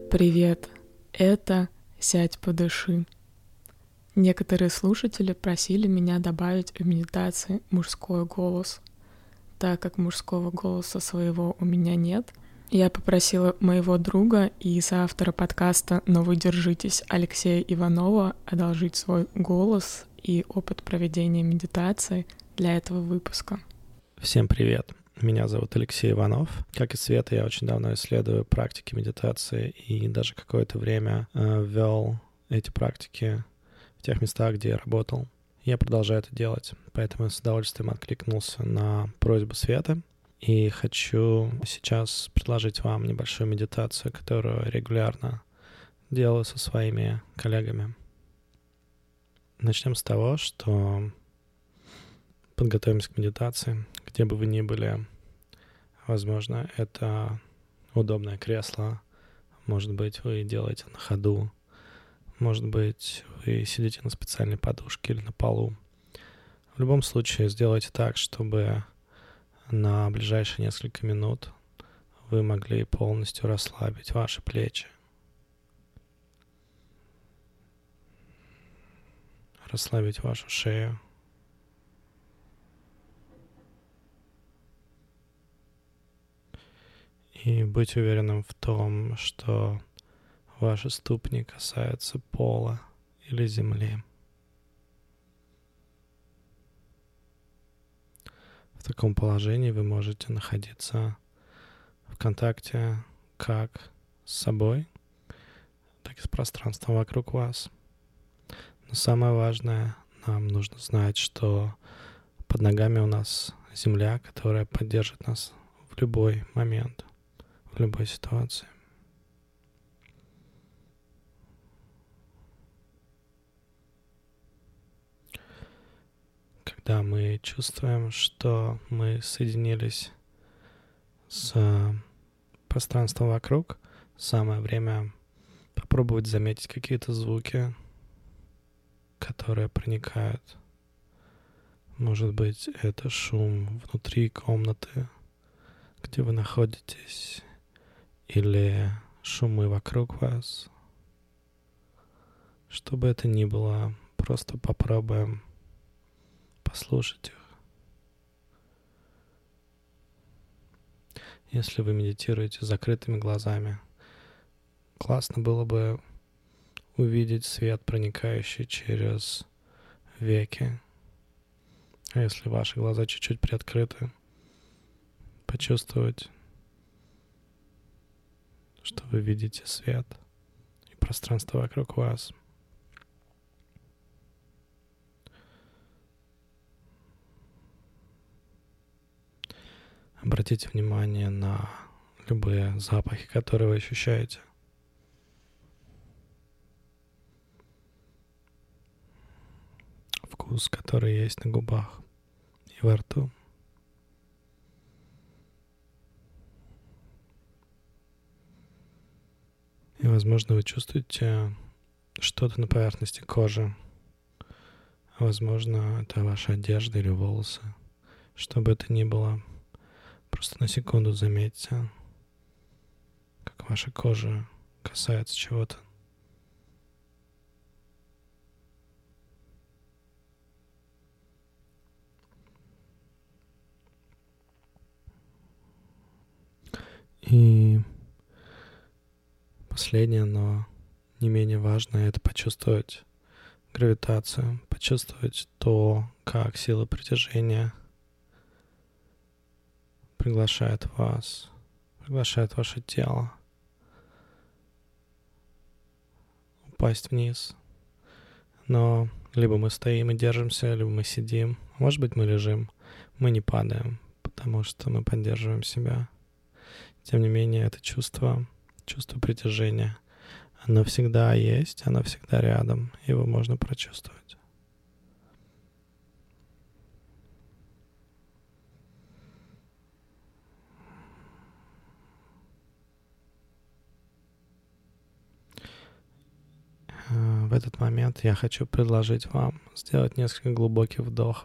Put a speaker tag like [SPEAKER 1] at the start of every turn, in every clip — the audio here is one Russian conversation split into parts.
[SPEAKER 1] Привет, это «Сядь, подыши». Некоторые слушатели просили меня добавить в медитации мужской голос. Так как мужского голоса своего у меня нет, я попросила моего друга и соавтора подкаста «Но вы держитесь» Алексея Иванова одолжить свой голос и опыт проведения медитации для этого выпуска.
[SPEAKER 2] Всем привет! Меня зовут Алексей Иванов. Как и Света, я очень давно исследую практики медитации и даже какое-то время вел эти практики в тех местах, где я работал. Я продолжаю это делать, поэтому я с удовольствием откликнулся на просьбу Светы и хочу сейчас предложить вам небольшую медитацию, которую регулярно делаю со своими коллегами. Начнем с того, что подготовимся к медитации, где бы вы ни были. Возможно, это удобное кресло, может быть, вы делаете на ходу, может быть, вы сидите на специальной подушке или на полу. В любом случае, сделайте так, чтобы на ближайшие несколько минут вы могли полностью расслабить ваши плечи, расслабить вашу шею. И быть уверенным в том, что ваши ступни касаются пола или земли. В таком положении вы можете находиться в контакте как с собой, так и с пространством вокруг вас. Но самое важное, нам нужно знать, что под ногами у нас земля, которая поддержит нас в любой момент, в любой ситуации. Когда мы чувствуем, что мы соединились с пространством вокруг, самое время попробовать заметить какие-то звуки, которые проникают. Может быть, это шум внутри комнаты, где вы находитесь, или шумы вокруг вас. Что бы это ни было, просто попробуем послушать их. Если вы медитируете с закрытыми глазами, классно было бы увидеть свет, проникающий через веки. А если ваши глаза чуть-чуть приоткрыты, почувствовать, что вы видите свет и пространство вокруг вас. Обратите внимание на любые запахи, которые вы ощущаете. Вкус, который есть на губах и во рту. И, возможно, вы чувствуете что-то на поверхности кожи. Возможно, это ваша одежда или волосы. Что бы это ни было, просто на секунду заметьте, как ваша кожа касается чего-то. И последнее, но не менее важное, это почувствовать гравитацию, почувствовать то, как сила притяжения приглашает вас, приглашает ваше тело упасть вниз. Но либо мы стоим и держимся, либо мы сидим. Может быть, мы лежим. Мы не падаем, потому что мы поддерживаем себя. Тем не менее, это чувство притяжения, оно всегда есть, оно всегда рядом, его можно прочувствовать. В этот момент я хочу предложить вам сделать несколько глубоких вдохов.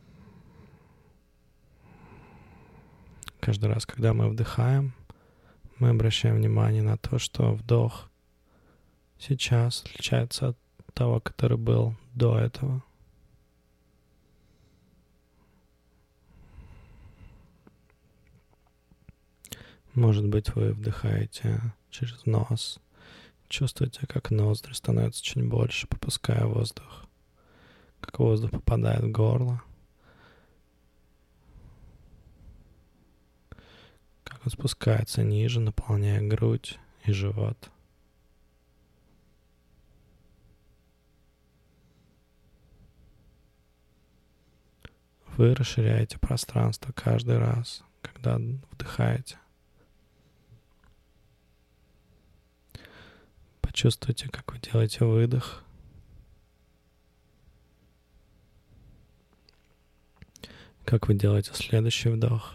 [SPEAKER 2] Каждый раз, когда мы вдыхаем, мы обращаем внимание на то, что вдох сейчас отличается от того, который был до этого. Может быть, вы вдыхаете через нос, чувствуете, как ноздри становятся чуть больше, пропуская воздух, как воздух попадает в горло, как он спускается ниже, наполняя грудь и живот. Вы расширяете пространство каждый раз, когда вдыхаете. Почувствуйте, как вы делаете выдох. Как вы делаете следующий вдох.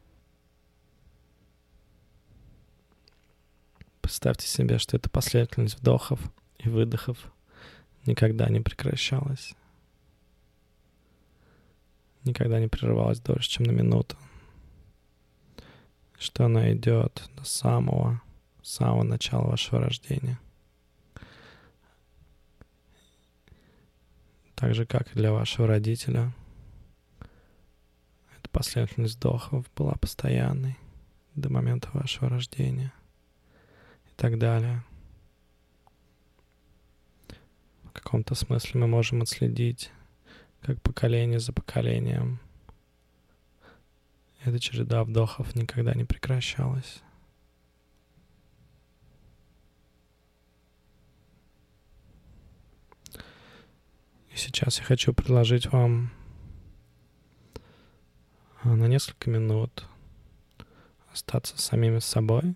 [SPEAKER 2] Представьте себе, что эта последовательность вдохов и выдохов никогда не прекращалась. Никогда не прерывалась дольше, чем на минуту. Что она идет до самого начала вашего рождения. Так же, как и для вашего родителя, эта последовательность вдохов была постоянной до момента вашего рождения и так далее. В каком-то смысле мы можем отследить, как поколение за поколением эта череда вдохов никогда не прекращалась. И сейчас я хочу предложить вам на несколько минут остаться самими собой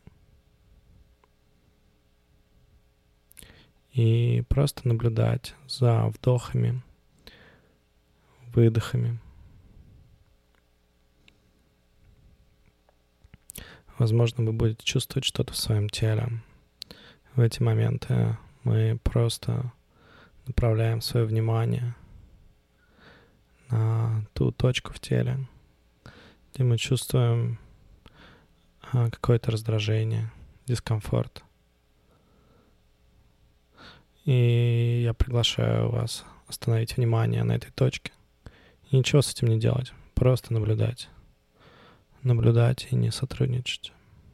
[SPEAKER 2] и просто наблюдать за вдохами, выдохами. Возможно, вы будете чувствовать что-то в своем теле. В эти моменты мы просто направляем свое внимание на ту точку в теле, где мы чувствуем какое-то раздражение, дискомфорт. И я приглашаю вас остановить внимание на этой точке и ничего с этим не делать, просто наблюдать. Наблюдать и не сотрудничать.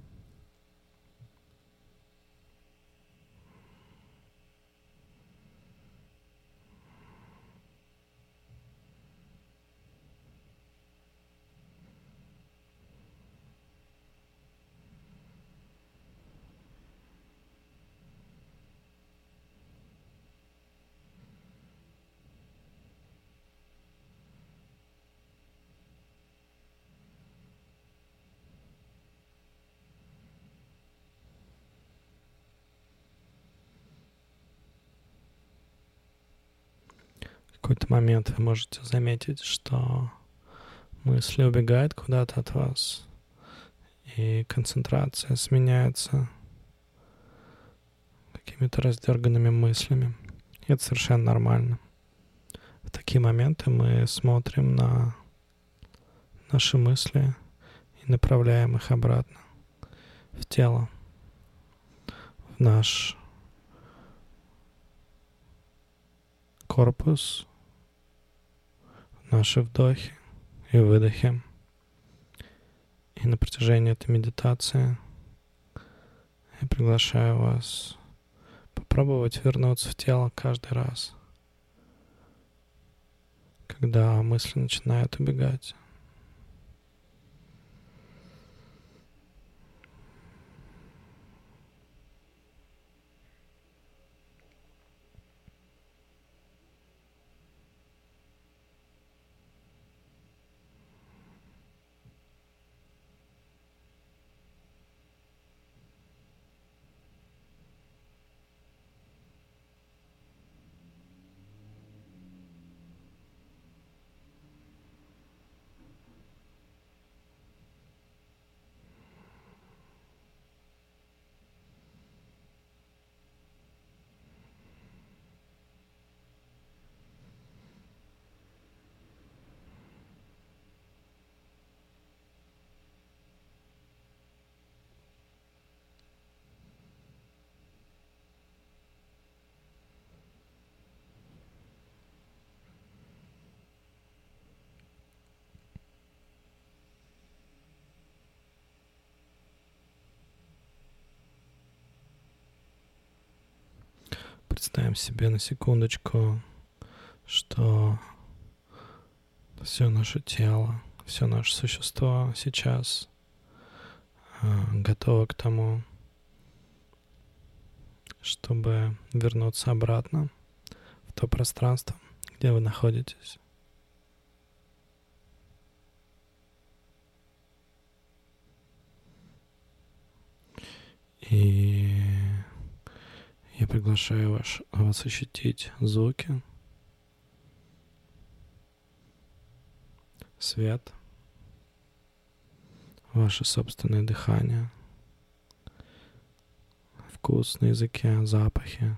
[SPEAKER 2] В какой-то момент вы можете заметить, что мысли убегают куда-то от вас, и концентрация сменяется какими-то раздерганными мыслями. И это совершенно нормально. В такие моменты мы смотрим на наши мысли и направляем их обратно в тело, в наш корпус, в наши вдохи и выдохи. И на протяжении этой медитации я приглашаю вас попробовать вернуться в тело каждый раз, когда мысли начинают убегать. Представим себе на секундочку, что все наше тело, все наше существо сейчас готово к тому, чтобы вернуться обратно в то пространство, где вы находитесь. И я приглашаю вас ощутить звуки, свет, ваше собственное дыхание, вкус на языке, запахи,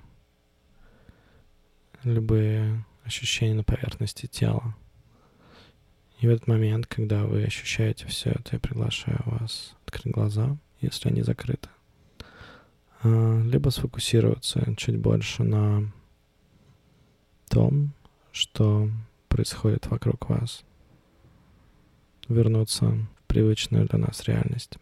[SPEAKER 2] любые ощущения на поверхности тела. И в этот момент, когда вы ощущаете все это, я приглашаю вас открыть глаза, если они закрыты, либо сфокусироваться чуть больше на том, что происходит вокруг вас, вернуться в привычную для нас реальность.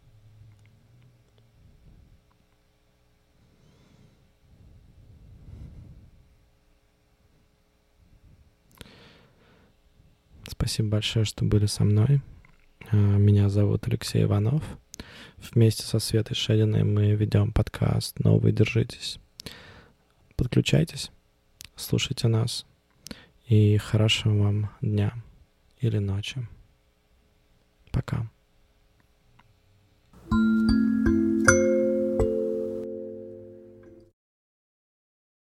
[SPEAKER 2] Спасибо большое, что были со мной. Меня зовут Алексей Иванов. Вместе со Светой Шединой мы ведем подкаст «Но вы держитесь». Подключайтесь, слушайте нас. И хорошего вам дня или ночи. Пока.